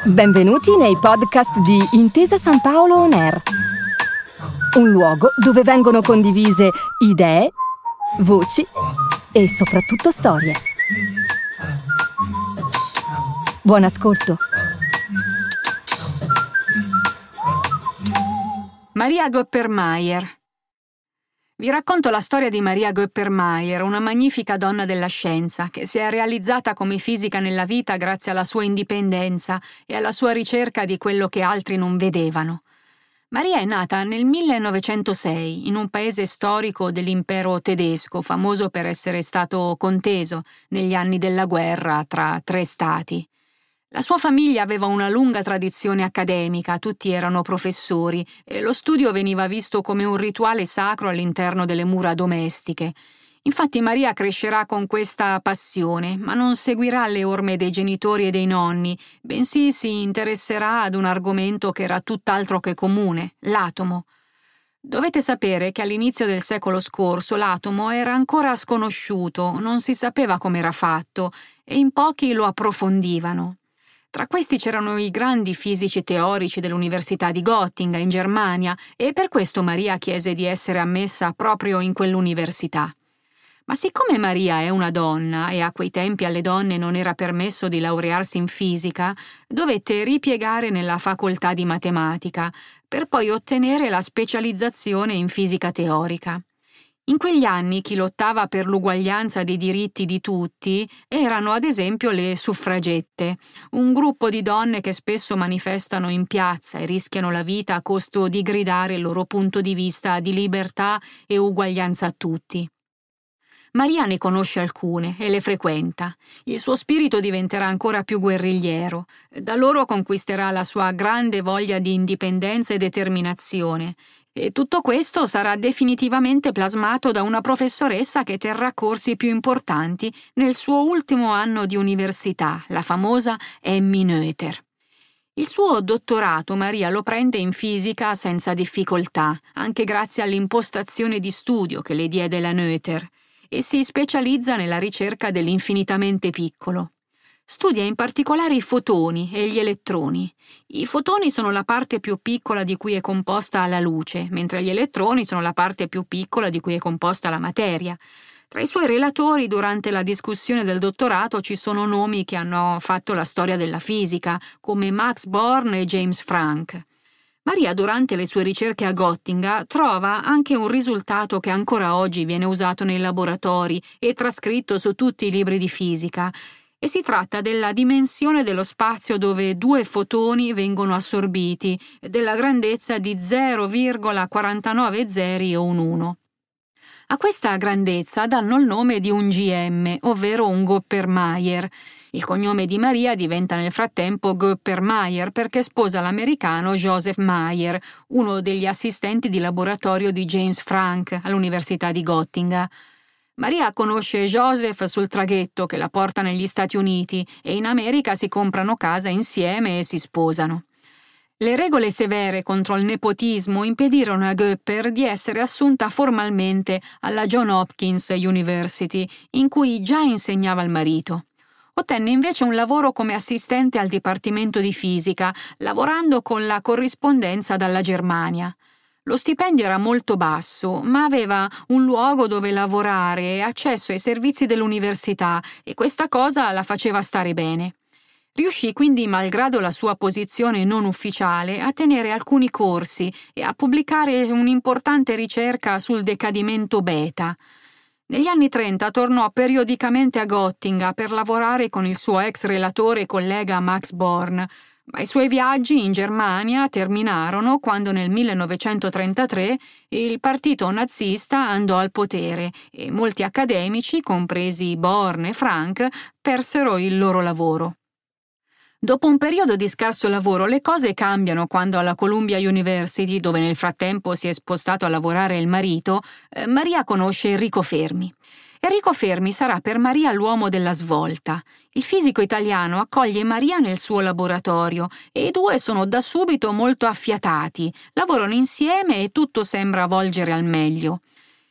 Benvenuti nei podcast di Intesa San Paolo On Air, un luogo dove vengono condivise idee, voci e soprattutto storie. Buon ascolto. Maria Göpper-Mayer. Vi racconto la storia di Maria Göpper-Mayer, una magnifica donna della scienza che si è realizzata come fisica nella vita grazie alla sua indipendenza e alla sua ricerca di quello che altri non vedevano. Maria è nata nel 1906 in un paese storico dell'impero tedesco, famoso per essere stato conteso negli anni della guerra tra tre stati. La sua famiglia aveva una lunga tradizione accademica, tutti erano professori e lo studio veniva visto come un rituale sacro all'interno delle mura domestiche. Infatti Maria crescerà con questa passione, ma non seguirà le orme dei genitori e dei nonni, bensì si interesserà ad un argomento che era tutt'altro che comune, l'atomo. Dovete sapere che all'inizio del secolo scorso l'atomo era ancora sconosciuto, non si sapeva come era fatto e in pochi lo approfondivano. Tra questi c'erano i grandi fisici teorici dell'Università di Gottinga, in Germania, e per questo Maria chiese di essere ammessa proprio in quell'università. Ma siccome Maria è una donna, e a quei tempi alle donne non era permesso di laurearsi in fisica, dovette ripiegare nella facoltà di matematica, per poi ottenere la specializzazione in fisica teorica. In quegli anni chi lottava per l'uguaglianza dei diritti di tutti erano ad esempio le suffragette, un gruppo di donne che spesso manifestano in piazza e rischiano la vita a costo di gridare il loro punto di vista di libertà e uguaglianza a tutti. Maria ne conosce alcune e le frequenta. Il suo spirito diventerà ancora più guerrigliero. Da loro conquisterà la sua grande voglia di indipendenza e determinazione. E tutto questo sarà definitivamente plasmato da una professoressa che terrà corsi più importanti nel suo ultimo anno di università, la famosa Emmy Noether. Il suo dottorato Maria lo prende in fisica senza difficoltà, anche grazie all'impostazione di studio che le diede la Noether, e si specializza nella ricerca dell'infinitamente piccolo. Studia in particolare i fotoni e gli elettroni. I fotoni sono la parte più piccola di cui è composta la luce, mentre gli elettroni sono la parte più piccola di cui è composta la materia. Tra i suoi relatori durante la discussione del dottorato ci sono nomi che hanno fatto la storia della fisica, come Max Born e James Franck. Maria, durante le sue ricerche a Gottinga, trova anche un risultato che ancora oggi viene usato nei laboratori e trascritto su tutti i libri di fisica. E si tratta della dimensione dello spazio dove due fotoni vengono assorbiti, della grandezza di 0,49 o un 1. A questa grandezza danno il nome di un GM, ovvero un Göpper-Mayer. Il cognome di Maria diventa nel frattempo Göpper-Mayer perché sposa l'americano Joseph Mayer, uno degli assistenti di laboratorio di James Franck all'Università di Gottinga. Maria conosce Joseph sul traghetto che la porta negli Stati Uniti e in America si comprano casa insieme e si sposano. Le regole severe contro il nepotismo impedirono a Göpper di essere assunta formalmente alla Johns Hopkins University, in cui già insegnava il marito. Ottenne invece un lavoro come assistente al Dipartimento di Fisica, lavorando con la corrispondenza dalla Germania. Lo stipendio era molto basso, ma aveva un luogo dove lavorare e accesso ai servizi dell'università e questa cosa la faceva stare bene. Riuscì quindi, malgrado la sua posizione non ufficiale, a tenere alcuni corsi e a pubblicare un'importante ricerca sul decadimento beta. Negli anni 30 tornò periodicamente a Gottinga per lavorare con il suo ex relatore e collega Max Born, ma i suoi viaggi in Germania terminarono quando nel 1933 il partito nazista andò al potere e molti accademici, compresi Born e Franck, persero il loro lavoro. Dopo un periodo di scarso lavoro, le cose cambiano quando alla Columbia University, dove nel frattempo si è spostato a lavorare il marito, Maria conosce Enrico Fermi. Enrico Fermi sarà per Maria l'uomo della svolta. Il fisico italiano accoglie Maria nel suo laboratorio e i due sono da subito molto affiatati, lavorano insieme e tutto sembra volgere al meglio.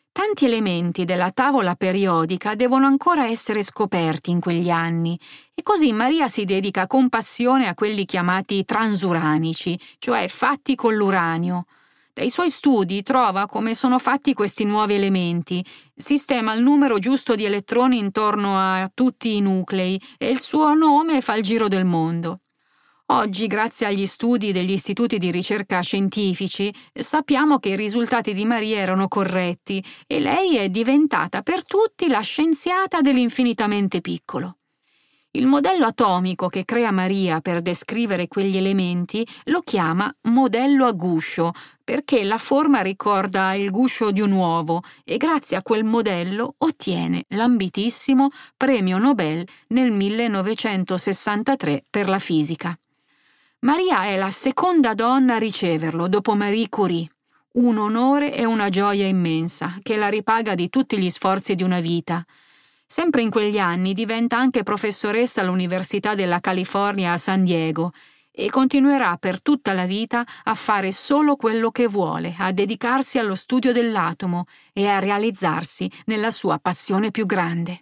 Tanti elementi della tavola periodica devono ancora essere scoperti in quegli anni e così Maria si dedica con passione a quelli chiamati transuranici, cioè fatti con l'uranio. Dai suoi studi trova come sono fatti questi nuovi elementi, sistema il numero giusto di elettroni intorno a tutti i nuclei e il suo nome fa il giro del mondo. Oggi, grazie agli studi degli istituti di ricerca scientifici, sappiamo che i risultati di Maria erano corretti e lei è diventata per tutti la scienziata dell'infinitamente piccolo. Il modello atomico che crea Maria per descrivere quegli elementi lo chiama modello a guscio, perché la forma ricorda il guscio di un uovo e grazie a quel modello ottiene l'ambitissimo Premio Nobel nel 1963 per la fisica. Maria è la seconda donna a riceverlo dopo Marie Curie. Un onore e una gioia immensa che la ripaga di tutti gli sforzi di una vita. Sempre in quegli anni diventa anche professoressa all'Università della California a San Diego e continuerà per tutta la vita a fare solo quello che vuole, a dedicarsi allo studio dell'atomo e a realizzarsi nella sua passione più grande.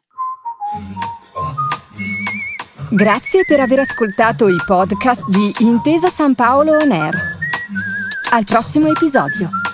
Grazie per aver ascoltato i podcast di Intesa San Paolo On Air. Al prossimo episodio.